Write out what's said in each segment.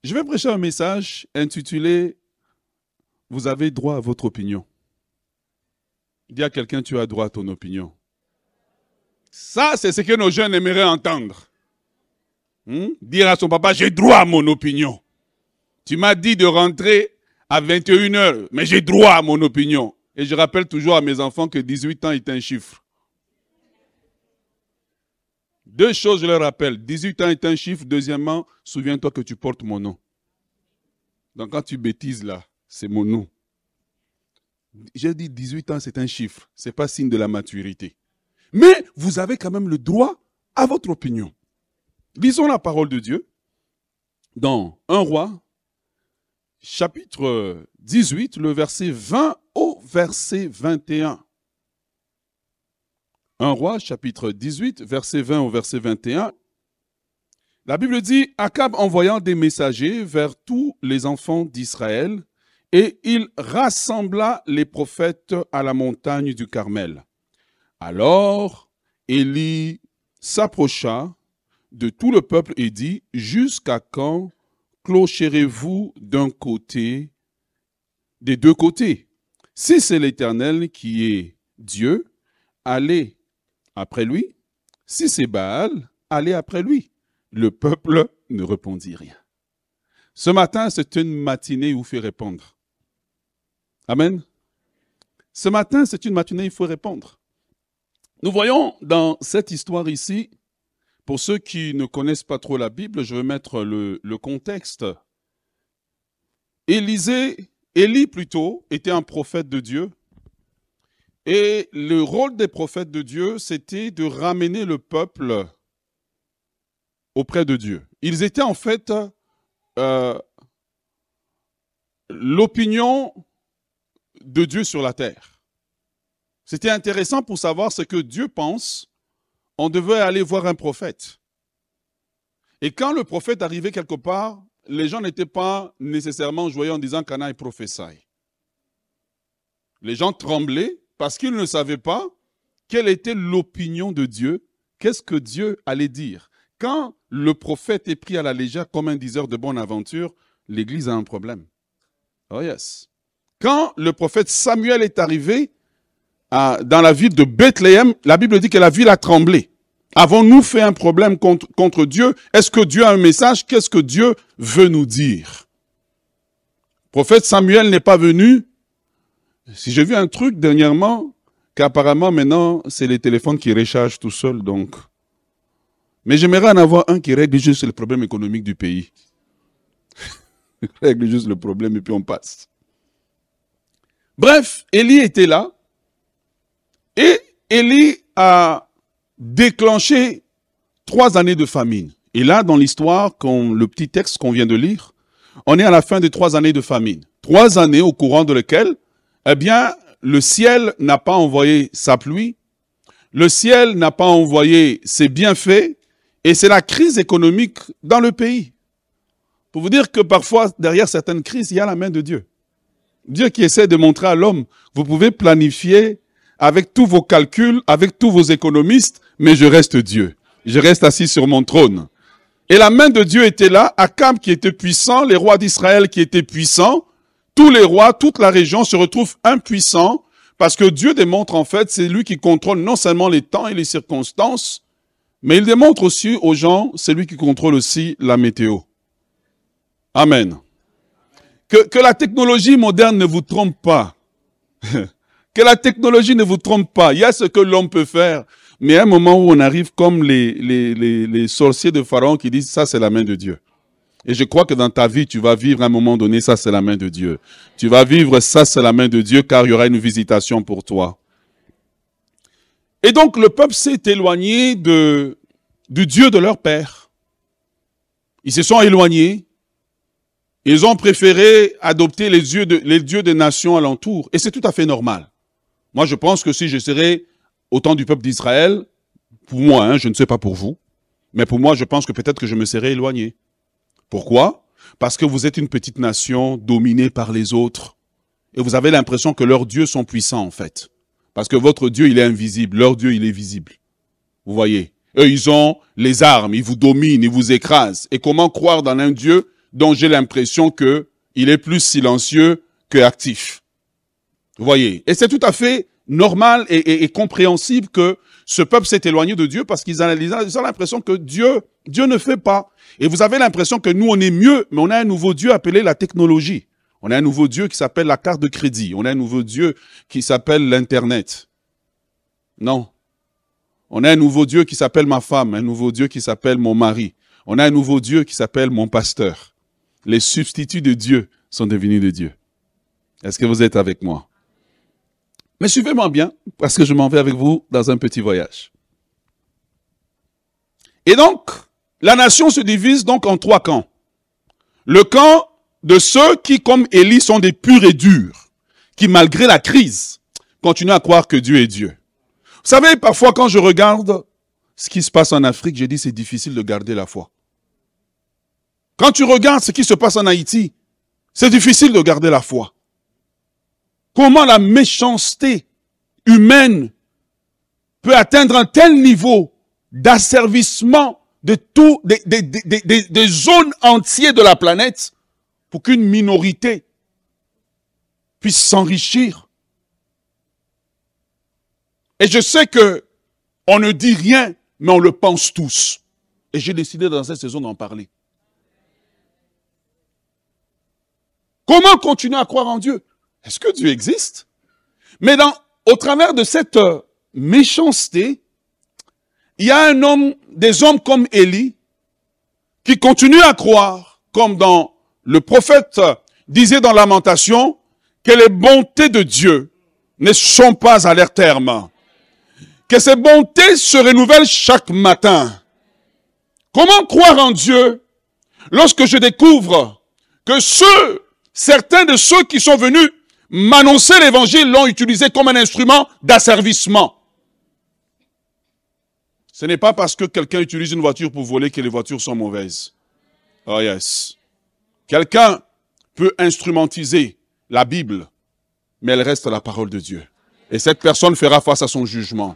Je vais prêcher un message intitulé « Vous avez droit à votre opinion ». Dis à quelqu'un, tu as droit à ton opinion. Ça, c'est ce que nos jeunes aimeraient entendre. Dire à son papa, j'ai droit à mon opinion. Tu m'as dit de rentrer à 21 h, mais j'ai droit à mon opinion. Et je rappelle toujours à mes enfants que 18 ans est un chiffre. Deux choses, je leur rappelle. 18 ans est un chiffre. Deuxièmement, souviens-toi que tu portes mon nom. Donc quand tu bêtises là, c'est mon nom. J'ai dit 18 ans, c'est un chiffre. Ce n'est pas signe de la maturité. Mais vous avez quand même le droit à votre opinion. Lisons la parole de Dieu dans 1 Roi, chapitre 18, le verset 20 au verset 21. 1 Roi, chapitre 18, verset 20 au verset 21. La Bible dit, Akab envoyant des messagers vers tous les enfants d'Israël, et il rassembla les prophètes à la montagne du Carmel. Alors, Élie s'approcha de tout le peuple et dit, « Jusqu'à quand clocherez-vous d'un côté, des deux côtés? Si c'est l'Éternel qui est Dieu, allez après lui. Si c'est Baal, allez après lui. » Le peuple ne répondit rien. Ce matin, c'est une matinée où il faut répondre. Amen. Ce matin, c'est une matinée où il faut répondre. Nous voyons dans cette histoire ici, pour ceux qui ne connaissent pas trop la Bible, je vais mettre le contexte. Élie plutôt, était un prophète de Dieu. Et le rôle des prophètes de Dieu, c'était de ramener le peuple auprès de Dieu. Ils étaient en fait l'opinion de Dieu sur la terre. C'était intéressant pour savoir ce que Dieu pense. On devait aller voir un prophète. Et quand le prophète arrivait quelque part, les gens n'étaient pas nécessairement joyeux en disant qu'Anna prophétie. Les gens tremblaient parce qu'ils ne savaient pas quelle était l'opinion de Dieu, qu'est-ce que Dieu allait dire. Quand le prophète est pris à la légère comme un diseur de bonne aventure, l'Église a un problème. Oh yes. Quand le prophète Samuel est arrivé dans la ville de Bethléem, la Bible dit que la ville a tremblé. Avons-nous fait un problème contre Dieu? Est-ce que Dieu a un message? Qu'est-ce que Dieu veut nous dire? Le prophète Samuel n'est pas venu. Si j'ai vu un truc dernièrement, qu'apparemment maintenant, c'est les téléphones qui rechargent tout seuls, donc. Mais j'aimerais en avoir un qui règle juste le problème économique du pays. Règle juste le problème et puis on passe. Bref, Élie était là. Et Élie a déclenché 3 années de famine. Et là, dans l'histoire, le petit texte qu'on vient de lire, on est à la fin de 3 années de famine. 3 années au courant de lesquelles, eh bien, le ciel n'a pas envoyé sa pluie, le ciel n'a pas envoyé ses bienfaits, et c'est la crise économique dans le pays. Pour vous dire que parfois, derrière certaines crises, il y a la main de Dieu. Dieu qui essaie de montrer à l'homme, vous pouvez planifier avec tous vos calculs, avec tous vos économistes, mais je reste Dieu. Je reste assis sur mon trône. Et la main de Dieu était là, Akab qui était puissant, les rois d'Israël qui étaient puissants, tous les rois, toute la région se retrouvent impuissants, parce que Dieu démontre en fait, c'est lui qui contrôle non seulement les temps et les circonstances, mais il démontre aussi aux gens, c'est lui qui contrôle aussi la météo. Amen. Que la technologie moderne ne vous trompe pas. Que la technologie ne vous trompe pas. Il y a ce que l'homme peut faire, mais à un moment où on arrive comme les sorciers de Pharaon qui disent, ça c'est la main de Dieu. Et je crois que dans ta vie, tu vas vivre à un moment donné, ça c'est la main de Dieu. Tu vas vivre, ça c'est la main de Dieu, car il y aura une visitation pour toi. Et donc le peuple s'est éloigné du Dieu de leur père. Ils se sont éloignés. Ils ont préféré adopter les dieux des nations alentours. Et c'est tout à fait normal. Moi, je pense que si je serais au temps du peuple d'Israël, pour moi, je ne sais pas pour vous, mais pour moi, je pense que peut-être que je me serais éloigné. Pourquoi? Parce que vous êtes une petite nation dominée par les autres. Et vous avez l'impression que leurs dieux sont puissants, en fait. Parce que votre Dieu, il est invisible. Leur Dieu, il est visible. Vous voyez? Eux, ils ont les armes. Ils vous dominent. Ils vous écrasent. Et comment croire dans un Dieu dont j'ai l'impression que il est plus silencieux que actif. Vous voyez. Et c'est tout à fait normal et compréhensible que ce peuple s'est éloigné de Dieu parce qu'ils ont l'impression que Dieu ne fait pas. Et vous avez l'impression que nous, on est mieux, mais on a un nouveau Dieu appelé la technologie. On a un nouveau Dieu qui s'appelle la carte de crédit. On a un nouveau Dieu qui s'appelle l'Internet. Non. On a un nouveau Dieu qui s'appelle ma femme, un nouveau Dieu qui s'appelle mon mari. On a un nouveau Dieu qui s'appelle mon pasteur. Les substituts de Dieu sont devenus de Dieu. Est-ce que vous êtes avec moi? Mais suivez-moi bien, parce que je m'en vais avec vous dans un petit voyage. Et donc, la nation se divise donc en 3 camps. Le camp de ceux qui, comme Élie, sont des purs et durs, qui, malgré la crise, continuent à croire que Dieu est Dieu. Vous savez, parfois, quand je regarde ce qui se passe en Afrique, je dis c'est difficile de garder la foi. Quand tu regardes ce qui se passe en Haïti, c'est difficile de garder la foi. Comment la méchanceté humaine peut atteindre un tel niveau d'asservissement de tout, des zones entières de la planète pour qu'une minorité puisse s'enrichir. Et je sais que on ne dit rien, mais on le pense tous. Et j'ai décidé dans cette saison d'en parler. Comment continuer à croire en Dieu? Est-ce que Dieu existe? Mais au travers de cette méchanceté, il y a des hommes comme Élie, qui continuent à croire, comme dans le prophète disait dans Lamentation, que les bontés de Dieu ne sont pas à leur terme. Que ces bontés se renouvellent chaque matin. Comment croire en Dieu lorsque je découvre que certains de ceux qui sont venus m'annoncer l'évangile l'ont utilisé comme un instrument d'asservissement? Ce n'est pas parce que quelqu'un utilise une voiture pour voler que les voitures sont mauvaises. Oh yes. Quelqu'un peut instrumentiser la Bible, mais elle reste la parole de Dieu. Et cette personne fera face à son jugement.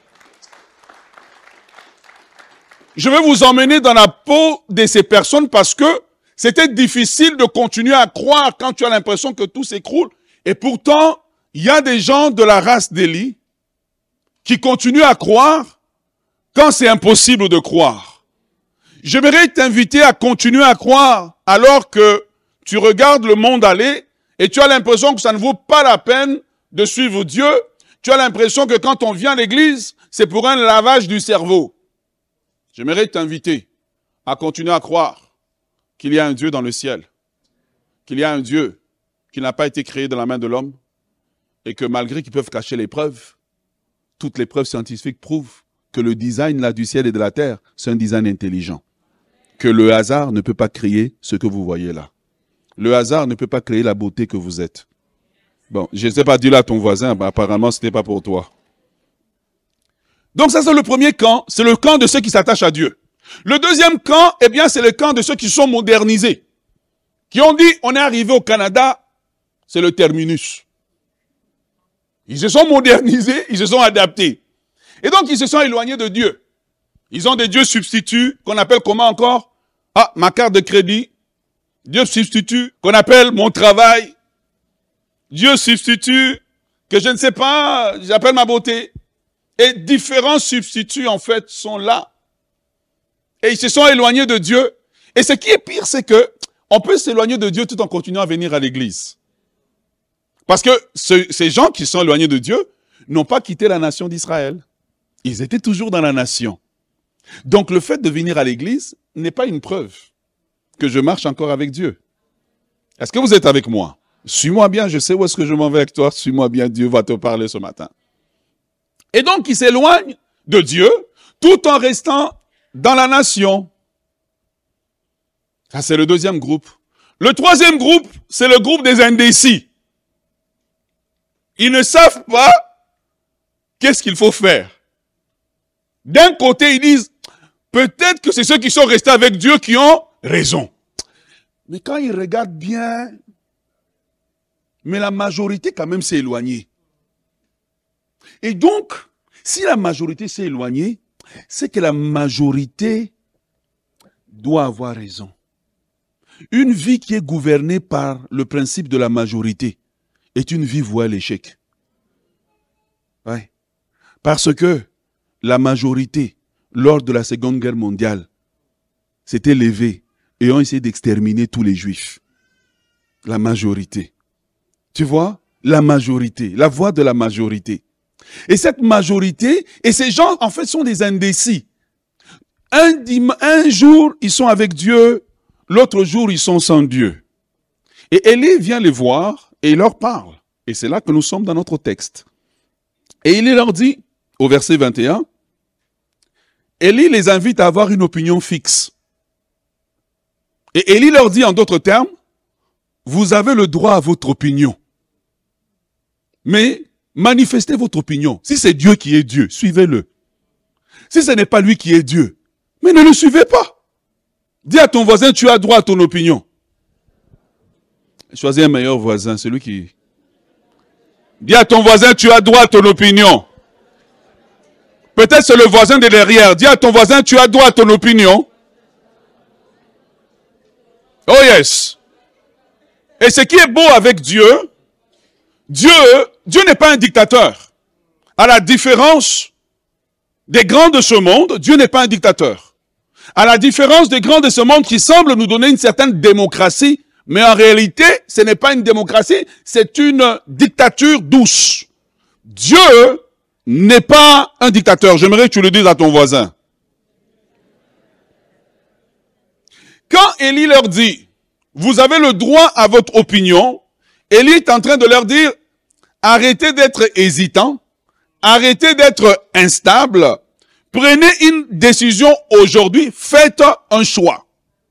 Je vais vous emmener dans la peau de ces personnes parce que c'était difficile de continuer à croire quand tu as l'impression que tout s'écroule. Et pourtant, il y a des gens de la race d'Élie qui continuent à croire quand c'est impossible de croire. J'aimerais t'inviter à continuer à croire alors que tu regardes le monde aller et tu as l'impression que ça ne vaut pas la peine de suivre Dieu. Tu as l'impression que quand on vient à l'église, c'est pour un lavage du cerveau. J'aimerais t'inviter à continuer à croire qu'il y a un Dieu dans le ciel, qu'il y a un Dieu qui n'a pas été créé de la main de l'homme et que malgré qu'ils peuvent cacher les preuves, toutes les preuves scientifiques prouvent que le design là du ciel et de la terre, c'est un design intelligent. Que le hasard ne peut pas créer ce que vous voyez là. Le hasard ne peut pas créer la beauté que vous êtes. Bon, je ne sais pas dire là à ton voisin, bah, apparemment ce n'est pas pour toi. Donc ça c'est le premier camp, c'est le camp de ceux qui s'attachent à Dieu. Le deuxième camp, eh bien c'est le camp de ceux qui sont modernisés. Qui ont dit, on est arrivé au Canada, c'est le terminus. Ils se sont modernisés, ils se sont adaptés. Et donc ils se sont éloignés de Dieu. Ils ont des dieux substituts qu'on appelle comment encore? Ah, ma carte de crédit. Dieu substitut qu'on appelle mon travail. Dieu substitut que je ne sais pas, j'appelle ma beauté. Et différents substituts en fait sont là. Et ils se sont éloignés de Dieu. Et ce qui est pire, c'est que on peut s'éloigner de Dieu tout en continuant à venir à l'église. Parce que ces gens qui sont éloignés de Dieu n'ont pas quitté la nation d'Israël. Ils étaient toujours dans la nation. Donc le fait de venir à l'église n'est pas une preuve que je marche encore avec Dieu. Est-ce que vous êtes avec moi? Suis-moi bien, je sais où est-ce que je m'en vais avec toi. Suis-moi bien, Dieu va te parler ce matin. Et donc ils s'éloignent de Dieu tout en restant dans la nation. Ça c'est le deuxième groupe. Le troisième groupe, c'est le groupe des indécis. Ils ne savent pas qu'est-ce qu'il faut faire. D'un côté, ils disent, peut-être que c'est ceux qui sont restés avec Dieu qui ont raison. Mais quand ils regardent bien, mais la majorité quand même s'est éloignée. Et donc, si la majorité s'est éloignée, c'est que la majorité doit avoir raison. Une vie qui est gouvernée par le principe de la majorité est une vie vouée à l'échec. Ouais. Parce que la majorité, lors de la Seconde Guerre mondiale, s'était levée et ont essayé d'exterminer tous les Juifs. La majorité. Tu vois? La majorité, la voix de la majorité. Et cette majorité, et ces gens, en fait, sont des indécis. Un jour, ils sont avec Dieu, l'autre jour, ils sont sans Dieu. Et Élie vient les voir et il leur parle. Et c'est là que nous sommes dans notre texte. Et il leur dit, au verset 21, Élie les invite à avoir une opinion fixe. Et Élie leur dit en d'autres termes, vous avez le droit à votre opinion. Mais manifestez votre opinion. Si c'est Dieu qui est Dieu, suivez-le. Si ce n'est pas lui qui est Dieu, mais ne le suivez pas. Dis à ton voisin, tu as droit à ton opinion. Choisis un meilleur voisin, celui qui... Dis à ton voisin, tu as droit à ton opinion. Peut-être c'est le voisin de derrière. Dis à ton voisin, tu as droit à ton opinion. Oh yes. Et ce qui est beau avec Dieu, Dieu n'est pas un dictateur. À la différence des grands de ce monde, Dieu n'est pas un dictateur. À la différence des grands de ce monde qui semblent nous donner une certaine démocratie, mais en réalité, ce n'est pas une démocratie, c'est une dictature douce. Dieu n'est pas un dictateur. J'aimerais que tu le dises à ton voisin. Quand Élie leur dit, vous avez le droit à votre opinion, Élie est en train de leur dire, arrêtez d'être hésitant, arrêtez d'être instable, prenez une décision aujourd'hui, faites un choix.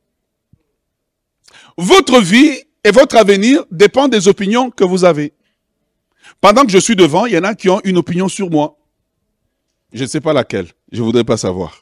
Votre vie et votre avenir dépendent des opinions que vous avez. Pendant que je suis devant, il y en a qui ont une opinion sur moi. Je ne sais pas laquelle, je ne voudrais pas savoir.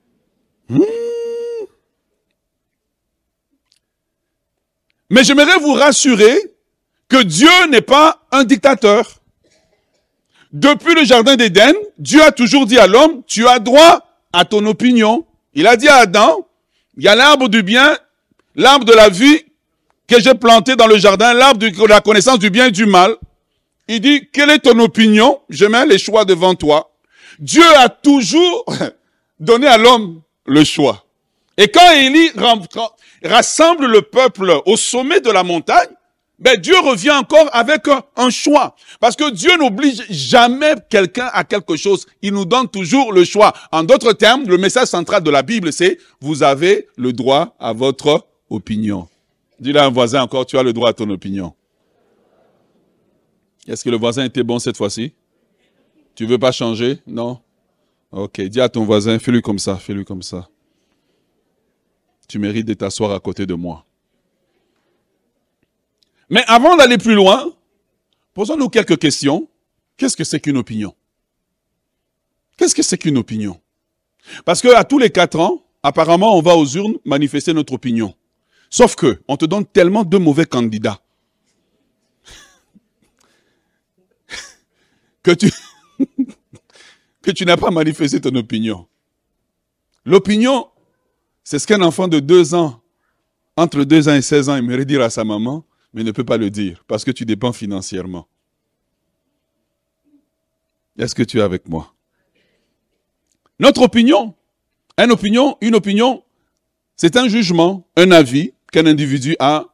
Mais j'aimerais vous rassurer que Dieu n'est pas un dictateur. Depuis le jardin d'Éden, Dieu a toujours dit à l'homme, tu as droit à ton opinion. Il a dit à Adam, il y a l'arbre du bien, l'arbre de la vie que j'ai planté dans le jardin, l'arbre de la connaissance du bien et du mal. Il dit, quelle est ton opinion? Je mets les choix devant toi. Dieu a toujours donné à l'homme le choix. Et quand Élie rassemble le peuple au sommet de la montagne, ben Dieu revient encore avec un choix. Parce que Dieu n'oblige jamais quelqu'un à quelque chose. Il nous donne toujours le choix. En d'autres termes, le message central de la Bible, c'est « Vous avez le droit à votre opinion ». Dis-le à un voisin encore, tu as le droit à ton opinion. Est-ce que le voisin était bon cette fois-ci? Tu veux pas changer? Non? Ok, dis à ton voisin, fais-lui comme ça, fais-lui comme ça. Tu mérites de t'asseoir à côté de moi. Mais avant d'aller plus loin, posons-nous quelques questions. Qu'est-ce que c'est qu'une opinion? Qu'est-ce que c'est qu'une opinion? Parce qu'à tous les 4 ans, apparemment, on va aux urnes manifester notre opinion. Sauf que, on te donne tellement de mauvais candidats que tu n'as pas manifesté ton opinion. L'opinion, c'est ce qu'un enfant de 2 ans, entre 2 ans et 16 ans, aimerait dire à sa maman, mais ne peut pas le dire, parce que tu dépends financièrement. Est-ce que tu es avec moi? Notre opinion, une opinion, c'est un jugement, un avis qu'un individu a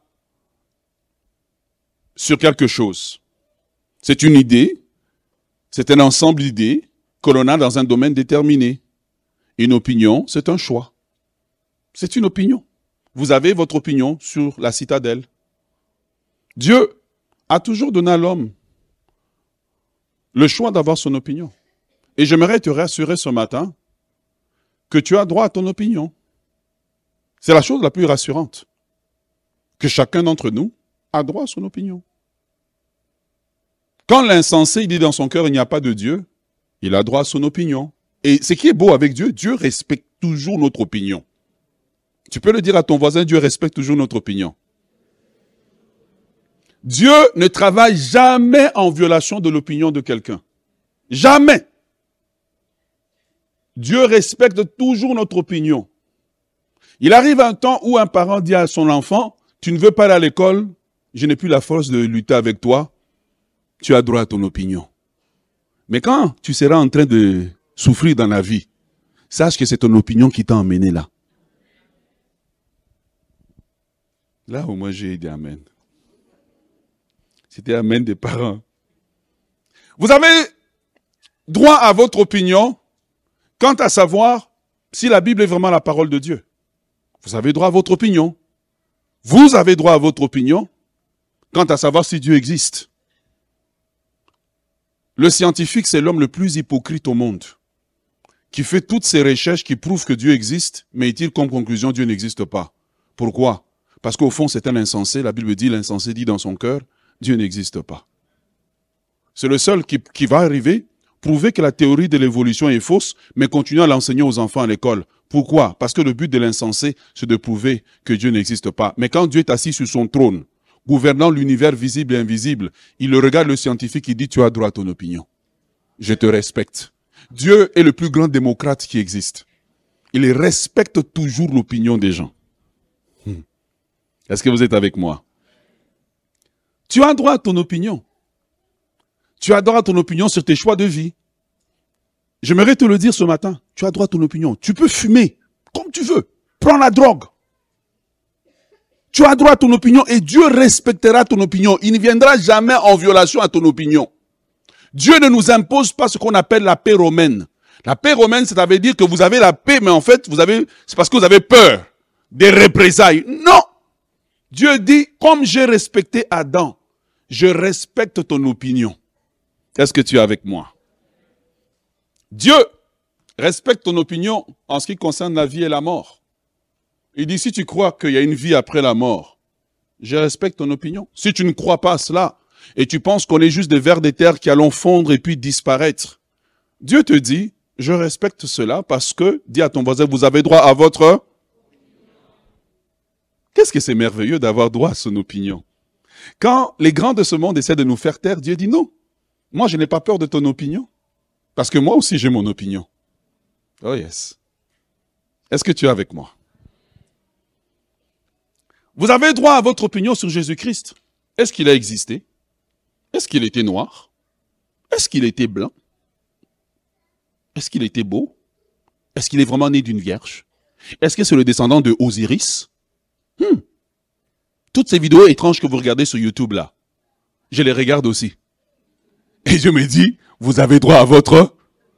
sur quelque chose. C'est une idée, c'est un ensemble d'idées que l'on a dans un domaine déterminé. Une opinion, c'est un choix. C'est une opinion. Vous avez votre opinion sur la citadelle. Dieu a toujours donné à l'homme le choix d'avoir son opinion. Et j'aimerais te rassurer ce matin que tu as droit à ton opinion. C'est la chose la plus rassurante. Que chacun d'entre nous a droit à son opinion. Quand l'insensé dit dans son cœur il n'y a pas de Dieu, il a droit à son opinion. Et ce qui est beau avec Dieu, Dieu respecte toujours notre opinion. Tu peux le dire à ton voisin, Dieu respecte toujours notre opinion. Dieu ne travaille jamais en violation de l'opinion de quelqu'un. Jamais. Dieu respecte toujours notre opinion. Il arrive un temps où un parent dit à son enfant, Tu ne veux pas aller à l'école, je n'ai plus la force de lutter avec toi. Tu as droit à ton opinion. Mais quand tu seras en train de souffrir dans la vie, sache que c'est ton opinion qui t'a emmené là. Là où moi j'ai dit amen. C'était amen des parents. Vous avez droit à votre opinion quant à savoir si la Bible est vraiment la parole de Dieu. Vous avez droit à votre opinion. Vous avez droit à votre opinion quant à savoir si Dieu existe. Le scientifique, c'est l'homme le plus hypocrite au monde, qui fait toutes ses recherches qui prouvent que Dieu existe, mais il tire comme conclusion Dieu n'existe pas. Pourquoi? Parce qu'au fond, c'est un insensé. La Bible dit, l'insensé dit dans son cœur, Dieu n'existe pas. C'est le seul qui va arriver, prouver que la théorie de l'évolution est fausse, mais continuer à l'enseigner aux enfants à l'école. Pourquoi? Parce que le but de l'insensé, c'est de prouver que Dieu n'existe pas. Mais quand Dieu est assis sur son trône, gouvernant l'univers visible et invisible, il regarde le scientifique, il dit, tu as droit à ton opinion. Je te respecte. Dieu est le plus grand démocrate qui existe. Il respecte toujours l'opinion des gens. Est-ce que vous êtes avec moi? Tu as droit à ton opinion. Tu as droit à ton opinion sur tes choix de vie. J'aimerais te le dire ce matin. Tu as droit à ton opinion. Tu peux fumer comme tu veux. Prends la drogue. Tu as droit à ton opinion et Dieu respectera ton opinion. Il ne viendra jamais en violation à ton opinion. Dieu ne nous impose pas ce qu'on appelle la paix romaine. La paix romaine, ça veut dire que vous avez la paix, mais en fait, c'est parce que vous avez peur des représailles. Non! Dieu dit, comme j'ai respecté Adam, je respecte ton opinion. Est-ce que tu es avec moi? Dieu respecte ton opinion en ce qui concerne la vie et la mort. Il dit, si tu crois qu'il y a une vie après la mort, je respecte ton opinion. Si tu ne crois pas à cela, et tu penses qu'on est juste des vers des terres qui allons fondre et puis disparaître, Dieu te dit, je respecte cela parce que, dis à ton voisin, vous avez droit à votre... Qu'est-ce que c'est merveilleux d'avoir droit à son opinion. Quand les grands de ce monde essaient de nous faire taire, Dieu dit non. Moi, je n'ai pas peur de ton opinion. Parce que moi aussi, j'ai mon opinion. Oh yes. Est-ce que tu es avec moi? Vous avez droit à votre opinion sur Jésus-Christ. Est-ce qu'il a existé? Est-ce qu'il était noir? Est-ce qu'il était blanc? Est-ce qu'il était beau? Est-ce qu'il est vraiment né d'une vierge? Est-ce que c'est le descendant de Osiris? Toutes ces vidéos étranges que vous regardez sur YouTube là, je les regarde aussi. Et je me dis, vous avez droit à votre...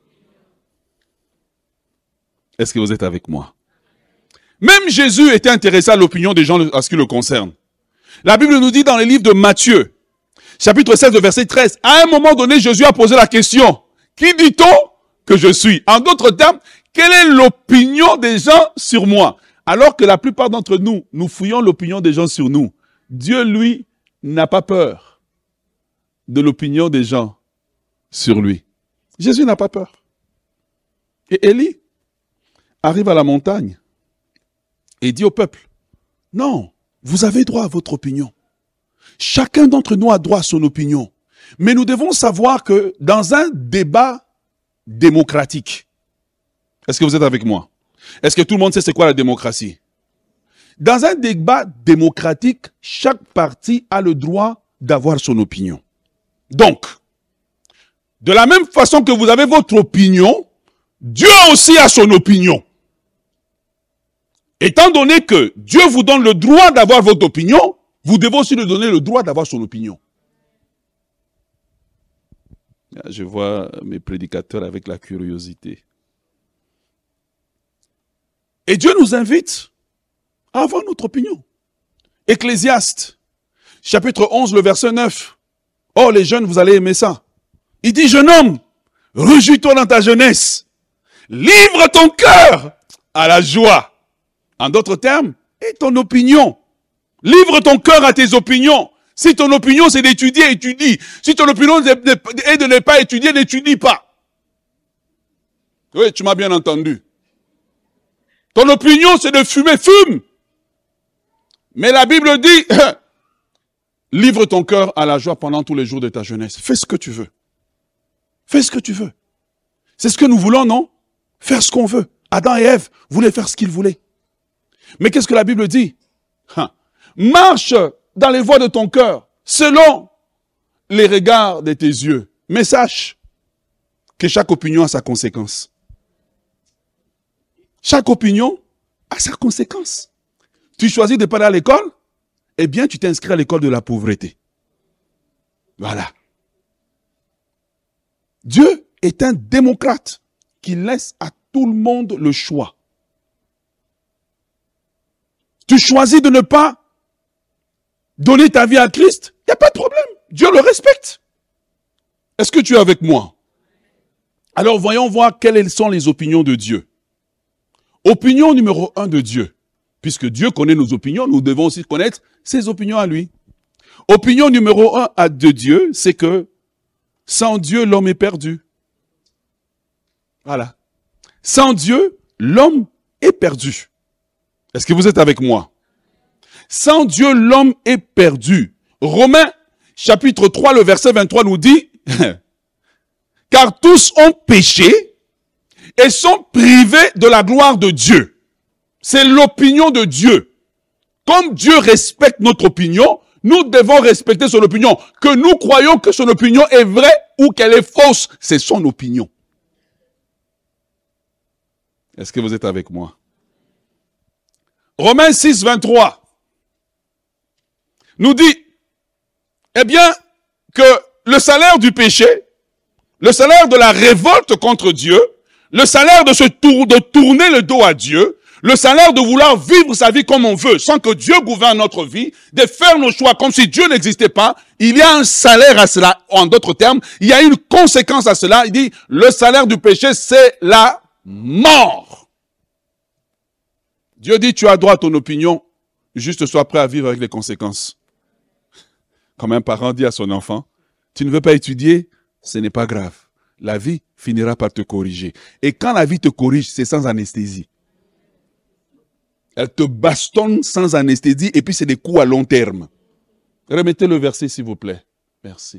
Est-ce que vous êtes avec moi? Même Jésus était intéressé à l'opinion des gens à ce qui le concerne. La Bible nous dit dans le livre de Matthieu, chapitre 16, verset 13, à un moment donné, Jésus a posé la question, qui dit-on que je suis? En d'autres termes, quelle est l'opinion des gens sur moi? Alors que la plupart d'entre nous, nous fouillons l'opinion des gens sur nous. Dieu, lui, n'a pas peur de l'opinion des gens sur lui. Jésus n'a pas peur. Et Élie arrive à la montagne et dit au peuple, non, vous avez droit à votre opinion. Chacun d'entre nous a droit à son opinion. Mais nous devons savoir que dans un débat démocratique, est-ce que vous êtes avec moi? Est-ce que tout le monde sait c'est quoi la démocratie? Dans un débat démocratique, chaque parti a le droit d'avoir son opinion. Donc, de la même façon que vous avez votre opinion, Dieu aussi a son opinion. Étant donné que Dieu vous donne le droit d'avoir votre opinion, vous devez aussi lui donner le droit d'avoir son opinion. Je vois mes prédicateurs avec la curiosité. Et Dieu nous invite à avoir notre opinion. Ecclésiaste, chapitre 11, le verset 9. Oh, les jeunes, vous allez aimer ça. Il dit, jeune homme, réjouis-toi dans ta jeunesse. Livre ton cœur à la joie. En d'autres termes, et ton opinion. Livre ton cœur à tes opinions. Si ton opinion c'est d'étudier, étudie. Si ton opinion est de ne pas étudier, n'étudie pas. Oui, tu m'as bien entendu. Ton opinion, c'est de fumer, fume. Mais la Bible dit, livre ton cœur à la joie pendant tous les jours de ta jeunesse. Fais ce que tu veux. Fais ce que tu veux. C'est ce que nous voulons, non? Faire ce qu'on veut. Adam et Ève voulaient faire ce qu'ils voulaient. Mais qu'est-ce que la Bible dit? Marche dans les voies de ton cœur, selon les regards de tes yeux. Mais sache que chaque opinion a sa conséquence. Chaque opinion a sa conséquence. Tu choisis de ne pas aller à l'école, eh bien, tu t'inscris à l'école de la pauvreté. Voilà. Dieu est un démocrate qui laisse à tout le monde le choix. Tu choisis de ne pas donner ta vie à Christ, il n'y a pas de problème. Dieu le respecte. Est-ce que tu es avec moi? Alors voyons voir quelles sont les opinions de Dieu. Opinion numéro 1 de Dieu. Puisque Dieu connaît nos opinions, nous devons aussi connaître ses opinions à lui. Opinion numéro 1 de Dieu, c'est que sans Dieu, l'homme est perdu. Voilà. Sans Dieu, l'homme est perdu. Est-ce que vous êtes avec moi? Sans Dieu, l'homme est perdu. Romains, chapitre 3, le verset 23 nous dit, car tous ont péché et sont privés de la gloire de Dieu. C'est l'opinion de Dieu. Comme Dieu respecte notre opinion, nous devons respecter son opinion. Que nous croyons que son opinion est vraie ou qu'elle est fausse, c'est son opinion. Est-ce que vous êtes avec moi? Romains 6, 23 nous dit, eh bien, que le salaire du péché, le salaire de la révolte contre Dieu, le salaire de tourner le dos à Dieu, le salaire de vouloir vivre sa vie comme on veut, sans que Dieu gouverne notre vie, de faire nos choix comme si Dieu n'existait pas, il y a un salaire à cela. En d'autres termes, il y a une conséquence à cela. Il dit, le salaire du péché, c'est la mort. Dieu dit, tu as droit à ton opinion, juste sois prêt à vivre avec les conséquences. Comme un parent dit à son enfant, tu ne veux pas étudier, ce n'est pas grave. La vie finira par te corriger. Et quand la vie te corrige, c'est sans anesthésie. Elle te bastonne sans anesthésie et puis c'est des coups à long terme. Remettez le verset s'il vous plaît. Merci.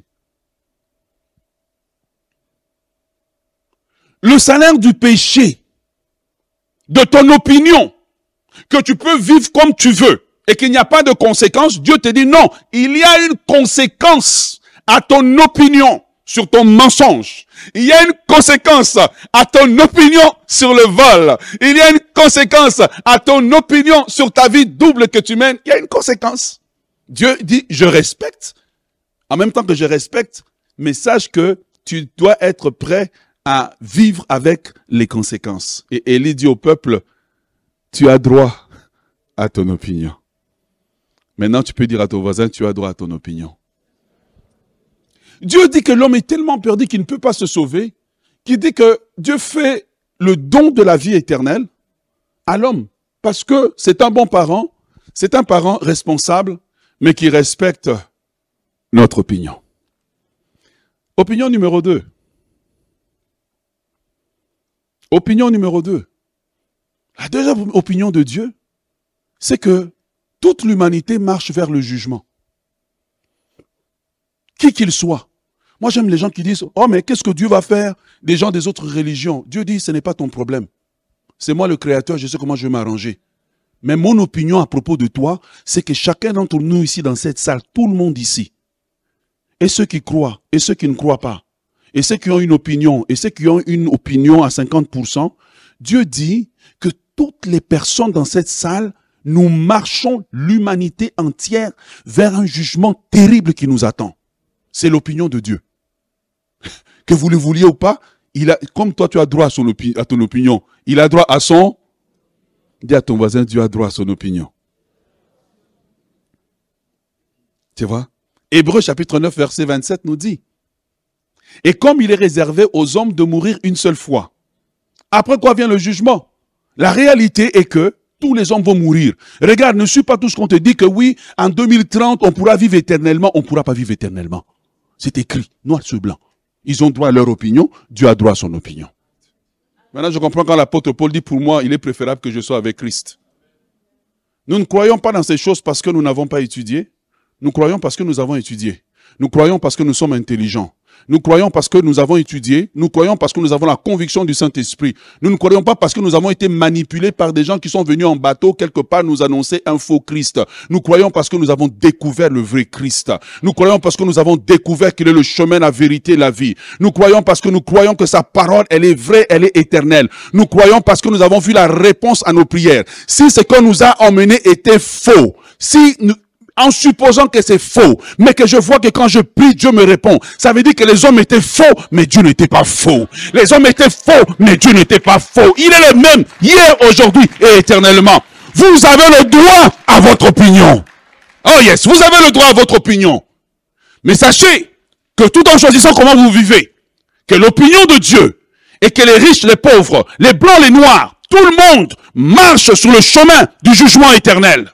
Le salaire du péché, de ton opinion, que tu peux vivre comme tu veux et qu'il n'y a pas de conséquences, Dieu te dit non, il y a une conséquence à ton opinion sur ton mensonge. Il y a une conséquence à ton opinion sur le vol. Il y a une conséquence à ton opinion sur ta vie double que tu mènes. Il y a une conséquence. Dieu dit, je respecte. En même temps que je respecte, mais sache que tu dois être prêt à vivre avec les conséquences. Et Élie dit au peuple, tu as droit à ton opinion. Maintenant, tu peux dire à ton voisin, tu as droit à ton opinion. Dieu dit que l'homme est tellement perdu qu'il ne peut pas se sauver, qu'il dit que Dieu fait le don de la vie éternelle à l'homme. Parce que c'est un bon parent, c'est un parent responsable, mais qui respecte notre opinion. Opinion numéro 2. Opinion numéro 2. La deuxième opinion de Dieu, c'est que toute l'humanité marche vers le jugement. Qui qu'il soit. Moi, j'aime les gens qui disent, oh, mais qu'est-ce que Dieu va faire des gens des autres religions? Dieu dit, ce n'est pas ton problème. C'est moi le créateur, je sais comment je vais m'arranger. Mais mon opinion à propos de toi, c'est que chacun d'entre nous ici dans cette salle, tout le monde ici, et ceux qui croient, et ceux qui ne croient pas, et ceux qui ont une opinion, et ceux qui ont une opinion à 50%, Dieu dit que toutes les personnes dans cette salle, nous marchons l'humanité entière vers un jugement terrible qui nous attend. C'est l'opinion de Dieu. Que vous le vouliez ou pas, comme toi tu as droit à ton opinion, il a droit à son... Dis à ton voisin, Dieu a droit à son opinion. Tu vois? Hébreux chapitre 9 verset 27 nous dit, et comme il est réservé aux hommes de mourir une seule fois, après quoi vient le jugement? La réalité est que tous les hommes vont mourir. Regarde, ne suis pas tout ce qu'on te dit que oui, en 2030, on pourra vivre éternellement. On ne pourra pas vivre éternellement. C'est écrit, noir sur blanc. Ils ont droit à leur opinion, Dieu a droit à son opinion. Maintenant, je comprends quand l'apôtre Paul dit, pour moi, il est préférable que je sois avec Christ. Nous ne croyons pas dans ces choses parce que nous n'avons pas étudié. Nous croyons parce que nous avons étudié. Nous croyons parce que nous sommes intelligents. Nous croyons parce que nous avons étudié. Nous croyons parce que nous avons la conviction du Saint-Esprit. Nous ne croyons pas parce que nous avons été manipulés par des gens qui sont venus en bateau quelque part nous annoncer un faux Christ. Nous croyons parce que nous avons découvert le vrai Christ. Nous croyons parce que nous avons découvert qu'il est le chemin, la vérité et la vie. Nous croyons parce que nous croyons que sa parole, elle est vraie, elle est éternelle. Nous croyons parce que nous avons vu la réponse à nos prières. Si ce qu'on nous a emmené était faux, en supposant que c'est faux, mais que je vois que quand je prie, Dieu me répond. Ça veut dire que les hommes étaient faux, mais Dieu n'était pas faux. Les hommes étaient faux, mais Dieu n'était pas faux. Il est le même, hier, aujourd'hui et éternellement. Vous avez le droit à votre opinion. Oh yes, vous avez le droit à votre opinion. Mais sachez que tout en choisissant comment vous vivez, que l'opinion de Dieu et que les riches, les pauvres, les blancs, les noirs, tout le monde marche sur le chemin du jugement éternel.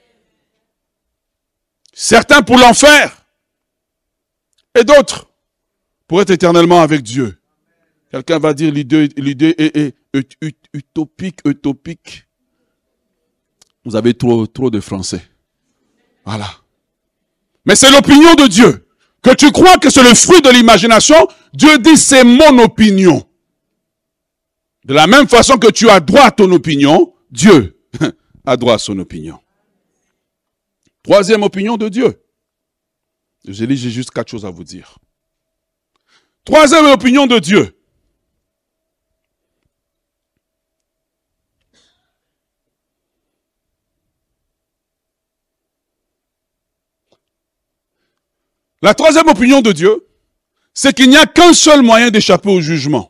Certains pour l'enfer et d'autres pour être éternellement avec Dieu. Quelqu'un va dire l'idée est utopique. Vous avez trop de français. Voilà. Mais c'est l'opinion de Dieu. Que tu crois que c'est le fruit de l'imagination, Dieu dit c'est mon opinion. De la même façon que tu as droit à ton opinion, Dieu a droit à son opinion. Troisième opinion de Dieu. J'ai juste 4 choses à vous dire. Troisième opinion de Dieu. La troisième opinion de Dieu, c'est qu'il n'y a qu'un seul moyen d'échapper au jugement.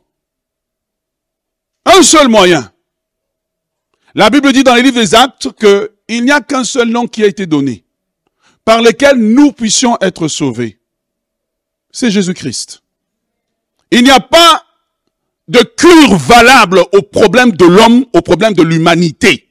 Un seul moyen. La Bible dit dans les livres des Actes qu'il n'y a qu'un seul nom qui a été donné, par lequel nous puissions être sauvés. C'est Jésus-Christ. Il n'y a pas de cure valable au problème de l'homme, au problème de l'humanité.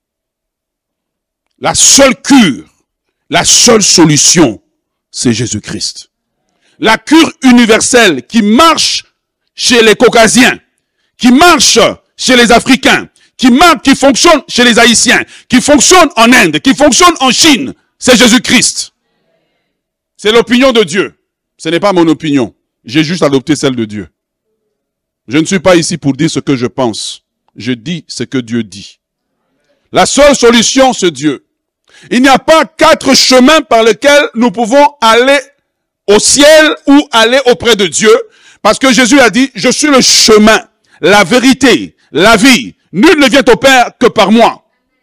La seule cure, la seule solution, c'est Jésus-Christ. La cure universelle qui marche chez les Caucasiens, qui marche chez les Africains, qui fonctionne chez les Haïtiens, qui fonctionne en Inde, qui fonctionne en Chine, c'est Jésus-Christ. C'est l'opinion de Dieu. Ce n'est pas mon opinion. J'ai juste adopté celle de Dieu. Je ne suis pas ici pour dire ce que je pense. Je dis ce que Dieu dit. La seule solution, c'est Dieu. Il n'y a pas 4 chemins par lesquels nous pouvons aller au ciel ou aller auprès de Dieu. Parce que Jésus a dit, je suis le chemin, la vérité, la vie. Nul ne vient au Père que par moi.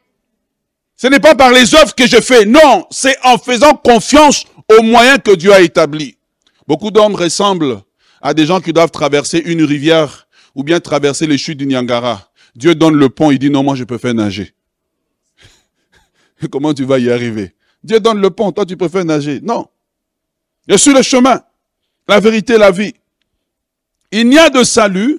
Ce n'est pas par les œuvres que je fais. Non, c'est en faisant confiance aux moyens que Dieu a établis. Beaucoup d'hommes ressemblent à des gens qui doivent traverser une rivière ou bien traverser les chutes du Niagara. Dieu donne le pont, il dit non, moi je préfère nager. Comment tu vas y arriver? Dieu donne le pont, toi tu préfères nager. Non. Je suis le chemin, la vérité, la vie. Il n'y a de salut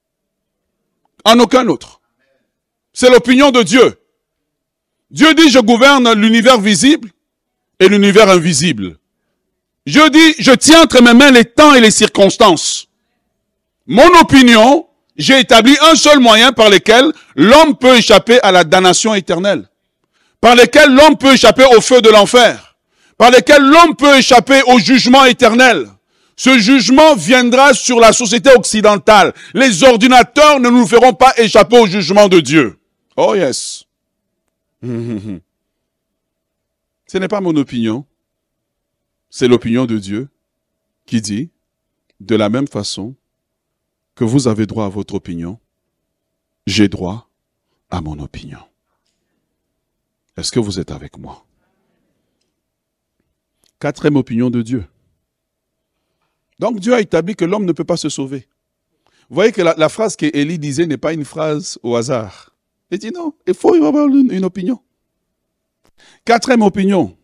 en aucun autre. C'est l'opinion de Dieu. Dieu dit, je gouverne l'univers visible et l'univers invisible. Dieu dit, je tiens entre mes mains les temps et les circonstances. Mon opinion, j'ai établi un seul moyen par lequel l'homme peut échapper à la damnation éternelle. Par lequel l'homme peut échapper au feu de l'enfer. Par lequel l'homme peut échapper au jugement éternel. Ce jugement viendra sur la société occidentale. Les ordinateurs ne nous feront pas échapper au jugement de Dieu. Oh yes. Ce n'est pas mon opinion. C'est l'opinion de Dieu qui dit, de la même façon que vous avez droit à votre opinion, j'ai droit à mon opinion. Est-ce que vous êtes avec moi? Quatrième opinion de Dieu. Donc Dieu a établi que l'homme ne peut pas se sauver. Vous voyez que la phrase qu'Élie disait n'est pas une phrase au hasard. Il dit non, il faut y avoir une opinion. Quatrième opinion.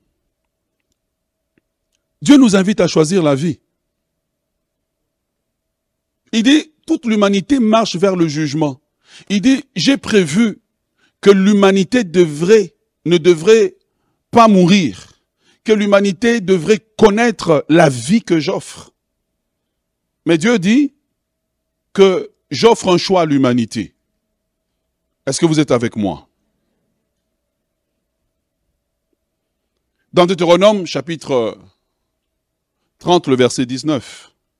Dieu nous invite à choisir la vie. Il dit, toute l'humanité marche vers le jugement. Il dit, j'ai prévu que l'humanité ne devrait pas mourir, que l'humanité devrait connaître la vie que j'offre. Mais Dieu dit que j'offre un choix à l'humanité. Est-ce que vous êtes avec moi? Dans Deutéronome, chapitre 30, le verset 19,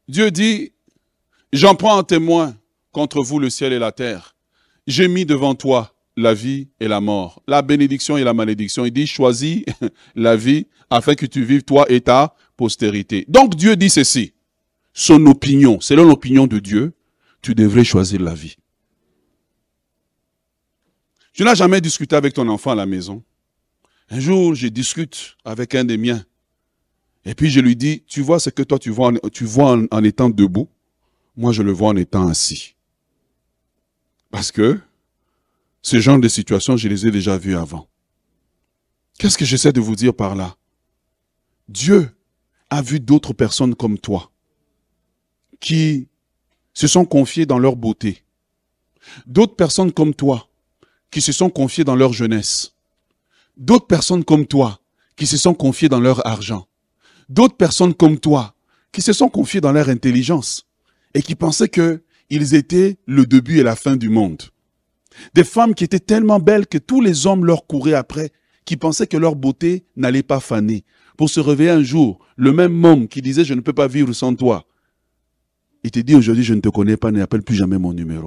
Dieu dit, j'en prends en témoin contre vous le ciel et la terre. J'ai mis devant toi la vie et la mort, la bénédiction et la malédiction. Il dit, choisis la vie afin que tu vives toi et ta postérité. Donc Dieu dit ceci, son opinion, selon l'opinion de Dieu, tu devrais choisir la vie. Tu n'as jamais discuté avec ton enfant à la maison. Un jour, je discute avec un des miens. Et puis je lui dis, tu vois ce que toi tu vois en étant debout. Moi, je le vois en étant assis. Parce que ce genre de situations, je les ai déjà vues avant. Qu'est-ce que j'essaie de vous dire par là? Dieu a vu d'autres personnes comme toi qui se sont confiées dans leur beauté. D'autres personnes comme toi qui se sont confiées dans leur jeunesse. D'autres personnes comme toi qui se sont confiées dans leur argent. D'autres personnes comme toi qui se sont confiées dans leur intelligence et qui pensaient qu'ils étaient le début et la fin du monde. Des femmes qui étaient tellement belles que tous les hommes leur couraient après, qui pensaient que leur beauté n'allait pas faner. Pour se réveiller un jour, le même homme qui disait « je ne peux pas vivre sans toi », il te dit aujourd'hui « je ne te connais pas, n'appelle plus jamais mon numéro ».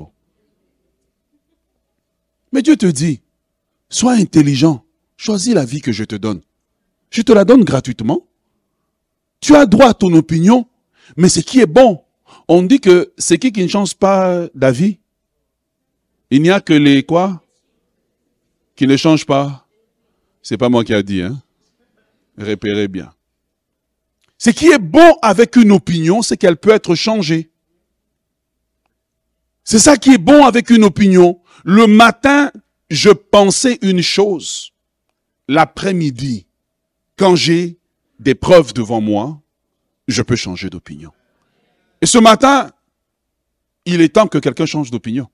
Mais Dieu te dit « sois intelligent, choisis la vie que je te donne. Je te la donne gratuitement. Tu as droit à ton opinion, mais ce qui est bon, on dit que c'est qui ne change pas d'avis. Il n'y a que les quoi qui ne changent pas. C'est pas moi qui a dit, hein. Repérez bien. Ce qui est bon avec une opinion, c'est qu'elle peut être changée. C'est ça qui est bon avec une opinion. Le matin, je pensais une chose. L'après-midi, quand j'ai des preuves devant moi, je peux changer d'opinion. Et ce matin, il est temps que quelqu'un change d'opinion.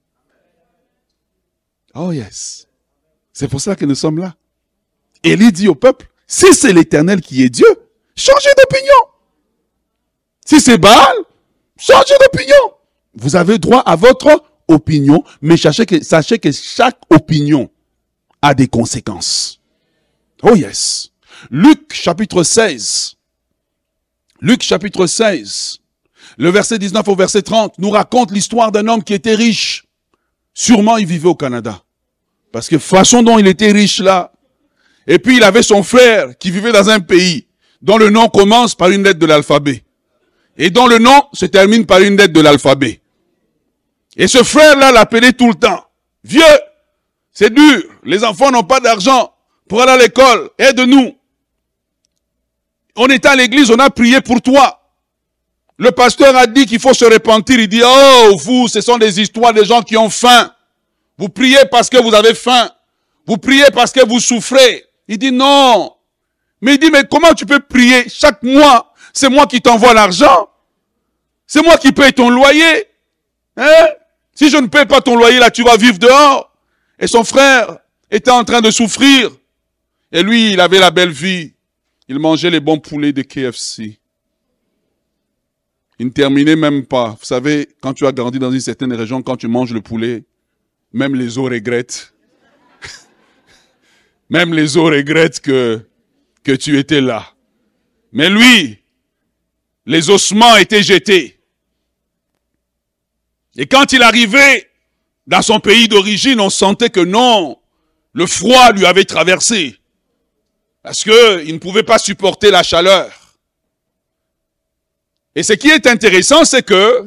Oh yes. C'est pour ça que nous sommes là. Élie dit au peuple, si c'est l'Éternel qui est Dieu, changez d'opinion. Si c'est Baal, changez d'opinion. Vous avez droit à votre opinion, mais sachez que chaque opinion a des conséquences. Oh yes. Luc chapitre 16. Luc chapitre 16. Le verset 19 au verset 30 nous raconte l'histoire d'un homme qui était riche. Sûrement il vivait au Canada. Parce que façon dont il était riche là. Et puis il avait son frère qui vivait dans un pays dont le nom commence par une lettre de l'alphabet. Et dont le nom se termine par une lettre de l'alphabet. Et ce frère-là l'appelait tout le temps. Vieux, c'est dur. Les enfants n'ont pas d'argent pour aller à l'école. Aide-nous. On est à l'église, on a prié pour toi. Le pasteur a dit qu'il faut se repentir. Il dit, oh, vous, ce sont des histoires des gens qui ont faim. Vous priez parce que vous avez faim. Vous priez parce que vous souffrez. Il dit non. Mais il dit, mais comment tu peux prier chaque mois? C'est moi qui t'envoie l'argent. C'est moi qui paye ton loyer. Hein? Si je ne paye pas ton loyer, là, tu vas vivre dehors. Et son frère était en train de souffrir. Et lui, il avait la belle vie. Il mangeait les bons poulets de KFC. Il ne terminait même pas. Vous savez, quand tu as grandi dans une certaine région, quand tu manges le poulet, même les os regrettent. Même les os regrettent que tu étais là. Mais lui, les ossements étaient jetés. Et quand il arrivait dans son pays d'origine, on sentait que non, le froid lui avait traversé. Parce qu'il ne pouvait pas supporter la chaleur. Et ce qui est intéressant, c'est que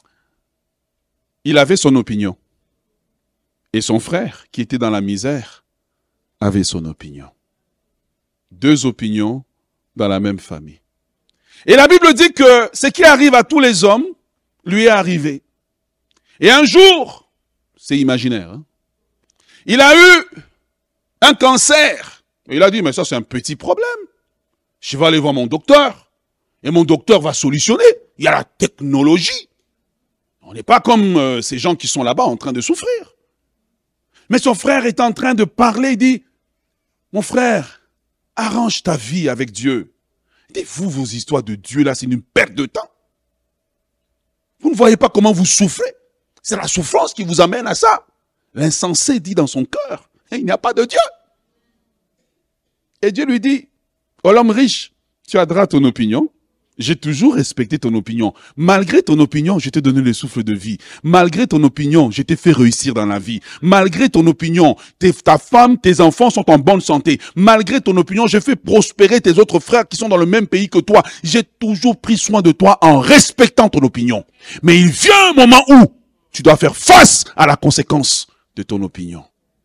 il avait son opinion. Et son frère, qui était dans la misère, avait son opinion. Deux opinions dans la même famille. Et la Bible dit que ce qui arrive à tous les hommes lui est arrivé. Et un jour, c'est imaginaire, hein, il a eu un cancer. Et il a dit, mais ça c'est un petit problème. Je vais aller voir mon docteur. Et mon docteur va solutionner. Il y a la technologie. On n'est pas comme ces gens qui sont là-bas en train de souffrir. Mais son frère est en train de parler. Il dit, mon frère, arrange ta vie avec Dieu. Il dit, vous, vos histoires de Dieu là, c'est une perte de temps. Vous ne voyez pas comment vous souffrez. C'est la souffrance qui vous amène à ça. L'insensé dit dans son cœur, il n'y a pas de Dieu. Et Dieu lui dit, oh l'homme riche, tu as droit à ton opinion. J'ai toujours respecté ton opinion. Malgré ton opinion, je t'ai donné le souffle de vie. Malgré ton opinion, je t'ai fait réussir dans la vie. Malgré ton opinion, ta femme, tes enfants sont en bonne santé. Malgré ton opinion, j'ai fait prospérer tes autres frères qui sont dans le même pays que toi. J'ai toujours pris soin de toi en respectant ton opinion. Mais il vient un moment où tu dois faire face à la conséquence de ton opinion.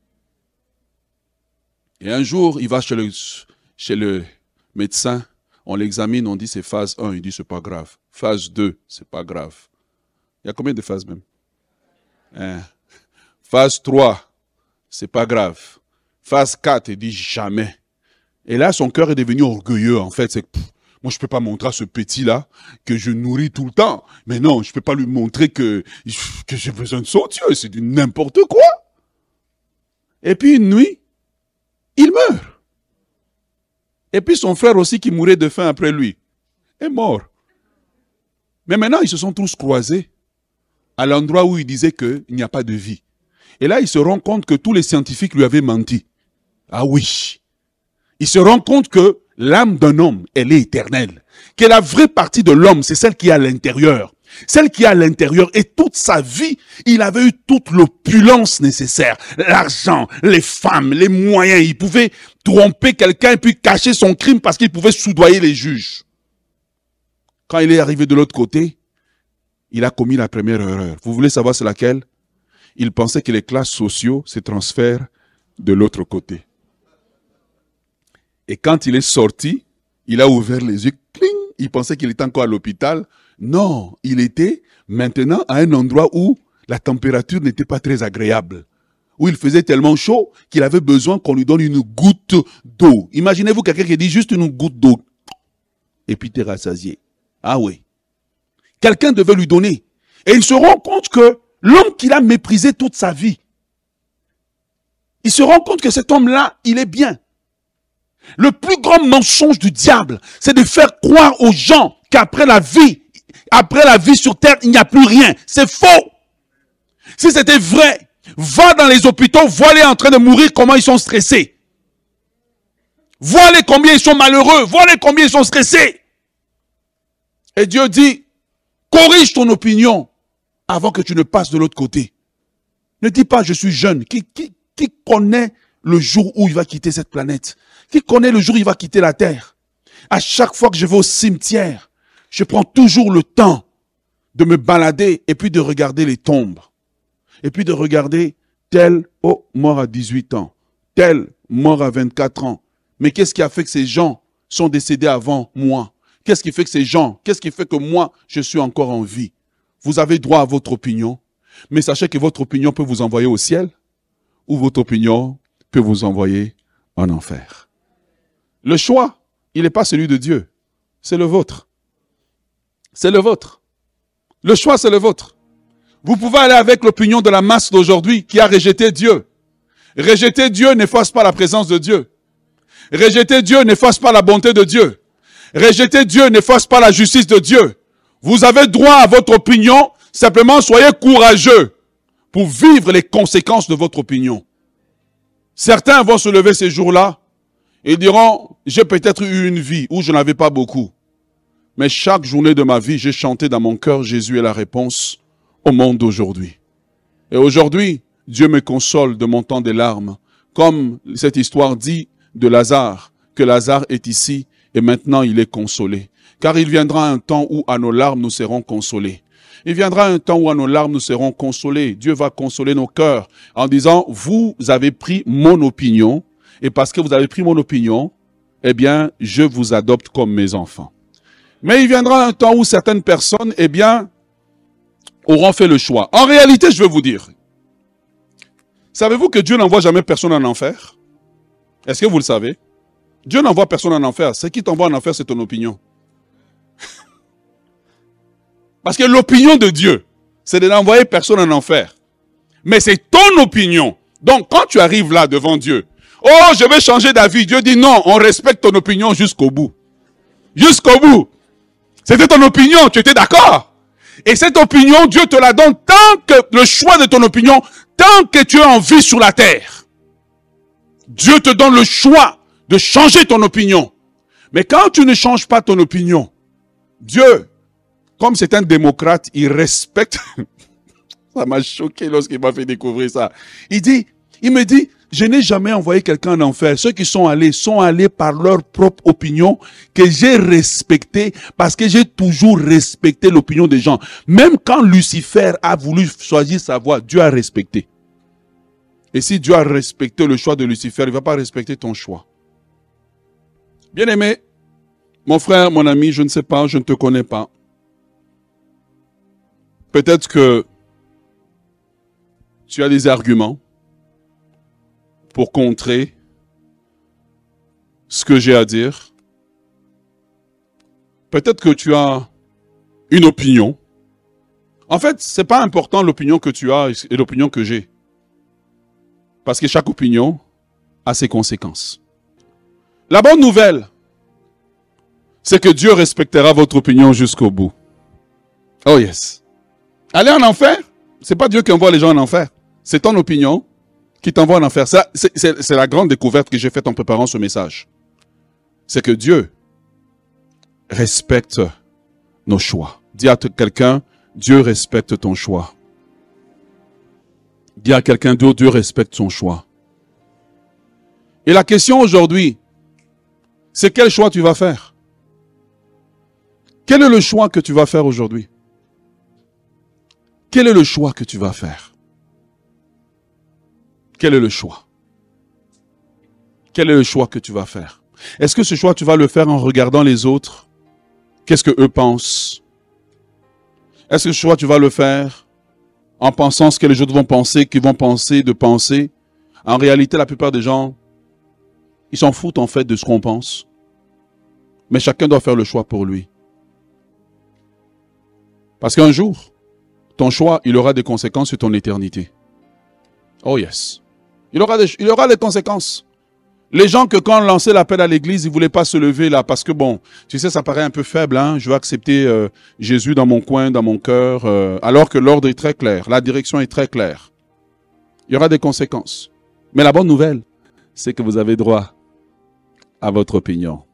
Et un jour, il va chez le médecin. On l'examine, on dit c'est phase 1, il dit c'est pas grave. Phase 2, c'est pas grave. Il y a combien de phases même? Phase 3, c'est pas grave. Phase 4, il dit jamais. Et là, son cœur est devenu orgueilleux, en fait. C'est moi, je peux pas montrer à ce petit-là que je nourris tout le temps. Mais non, je peux pas lui montrer que j'ai besoin de son Dieu. C'est du n'importe quoi. Et puis une nuit, il meurt. Et puis son frère aussi qui mourait de faim après lui est mort. Mais maintenant, ils se sont tous croisés à l'endroit où il disait qu'il n'y a pas de vie. Et là, il se rend compte que tous les scientifiques lui avaient menti. Ah oui. Il se rend compte que l'âme d'un homme, elle est éternelle. Que la vraie partie de l'homme, c'est celle qui est à l'intérieur. Celle qui est à l'intérieur. Et toute sa vie, il avait eu toute l'opulence nécessaire. L'argent, les femmes, les moyens. Il pouvait tromper quelqu'un et puis cacher son crime parce qu'il pouvait soudoyer les juges. Quand il est arrivé de l'autre côté, il a commis la première erreur. Vous voulez savoir c'est laquelle? Il pensait que les classes sociaux se transfèrent de l'autre côté. Et quand il est sorti, il a ouvert les yeux. Cling, il pensait qu'il était encore à l'hôpital. Non, il était maintenant à un endroit où la température n'était pas très agréable. Où il faisait tellement chaud qu'il avait besoin qu'on lui donne une goutte d'eau. Imaginez-vous quelqu'un qui dit juste une goutte d'eau. Et puis t'es rassasié. Ah oui. Quelqu'un devait lui donner. Et il se rend compte que l'homme qu'il a méprisé toute sa vie, il se rend compte que cet homme-là, il est bien. Le plus grand mensonge du diable, c'est de faire croire aux gens qu'après la vie sur terre, il n'y a plus rien. C'est faux. Si c'était vrai, va dans les hôpitaux, vois-les en train de mourir, comment ils sont stressés. Vois-les combien ils sont malheureux, vois-les combien ils sont stressés. Et Dieu dit, corrige ton opinion avant que tu ne passes de l'autre côté. Ne dis pas, je suis jeune. Qui connaît le jour où il va quitter cette planète? Qui connaît le jour où il va quitter la terre? À chaque fois que je vais au cimetière, je prends toujours le temps de me balader et puis de regarder les tombes. Et puis de regarder tel, mort à 18 ans, tel, mort à 24 ans. Mais qu'est-ce qui a fait que ces gens sont décédés avant moi? Qu'est-ce qui fait que moi, je suis encore en vie? Vous avez droit à votre opinion, mais sachez que votre opinion peut vous envoyer au ciel ou votre opinion peut vous envoyer en enfer. Le choix, il n'est pas celui de Dieu, c'est le vôtre. C'est le vôtre. Le choix, c'est le vôtre. Vous pouvez aller avec l'opinion de la masse d'aujourd'hui qui a rejeté Dieu. Rejeter Dieu n'efface pas la présence de Dieu. Rejeter Dieu n'efface pas la bonté de Dieu. Rejeter Dieu n'efface pas la justice de Dieu. Vous avez droit à votre opinion, simplement soyez courageux pour vivre les conséquences de votre opinion. Certains vont se lever ces jours-là et diront, j'ai peut-être eu une vie où je n'avais pas beaucoup. Mais chaque journée de ma vie, j'ai chanté dans mon cœur, Jésus est la réponse au monde d'aujourd'hui. Et aujourd'hui, Dieu me console de mon temps des larmes, comme cette histoire dit de Lazare, que Lazare est ici et maintenant il est consolé. Car il viendra un temps où à nos larmes nous serons consolés. Il viendra un temps où à nos larmes nous serons consolés. Dieu va consoler nos cœurs en disant, vous avez pris mon opinion et parce que vous avez pris mon opinion, eh bien, je vous adopte comme mes enfants. Mais il viendra un temps où certaines personnes, eh bien, auront fait le choix. En réalité, je vais vous dire, savez-vous que Dieu n'envoie jamais personne en enfer? Est-ce que vous le savez? Dieu n'envoie personne en enfer. Ce qui t'envoie en enfer, c'est ton opinion. Parce que l'opinion de Dieu, c'est de n'envoyer personne en enfer. Mais c'est ton opinion. Donc, quand tu arrives là devant Dieu, oh, je vais changer d'avis. Dieu dit non, on respecte ton opinion jusqu'au bout. Jusqu'au bout. C'était ton opinion, tu étais d'accord. Et cette opinion, Dieu te la donne tant que le choix de ton opinion, tant que tu es en vie sur la terre. Dieu te donne le choix de changer ton opinion. Mais quand tu ne changes pas ton opinion, Dieu, comme c'est un démocrate, il respecte. Ça m'a choqué lorsqu'il m'a fait découvrir ça. Il me dit, je n'ai jamais envoyé quelqu'un en enfer. Ceux qui sont allés par leur propre opinion que j'ai respectée parce que j'ai toujours respecté l'opinion des gens. Même quand Lucifer a voulu choisir sa voie, Dieu a respecté. Et si Dieu a respecté le choix de Lucifer, il ne va pas respecter ton choix. Bien-aimé, mon frère, mon ami, je ne sais pas, je ne te connais pas. Peut-être que tu as des arguments pour contrer ce que j'ai à dire. Peut-être que tu as une opinion. En fait, ce n'est pas important l'opinion que tu as et l'opinion que j'ai. Parce que chaque opinion a ses conséquences. La bonne nouvelle, c'est que Dieu respectera votre opinion jusqu'au bout. Oh yes. Aller en enfer, c'est pas Dieu qui envoie les gens en enfer. C'est ton opinion qui t'envoie en enfer. Ça, c'est la grande découverte que j'ai faite en préparant ce message. C'est que Dieu respecte nos choix. Dis à quelqu'un, Dieu respecte ton choix. Dis à quelqu'un d'autre, Dieu respecte son choix. Et la question aujourd'hui, c'est quel choix tu vas faire? Quel est le choix que tu vas faire aujourd'hui? Quel est le choix que tu vas faire? Quel est le choix? Quel est le choix que tu vas faire? Est-ce que ce choix, tu vas le faire en regardant les autres? Qu'est-ce que eux pensent? Est-ce que ce choix, tu vas le faire en pensant ce que les autres vont penser, qu'ils vont penser de penser? En réalité, la plupart des gens, ils s'en foutent en fait de ce qu'on pense. Mais chacun doit faire le choix pour lui. Parce qu'un jour, ton choix, il aura des conséquences sur ton éternité. Oh yes. Il aura des conséquences. Les gens que quand on lançait l'appel à l'église, ils ne voulaient pas se lever là parce que bon, tu sais, ça paraît un peu faible, hein. Je veux accepter Jésus dans mon coin, dans mon cœur, alors que l'ordre est très clair, la direction est très claire. Il y aura des conséquences. Mais la bonne nouvelle, c'est que vous avez droit à votre opinion.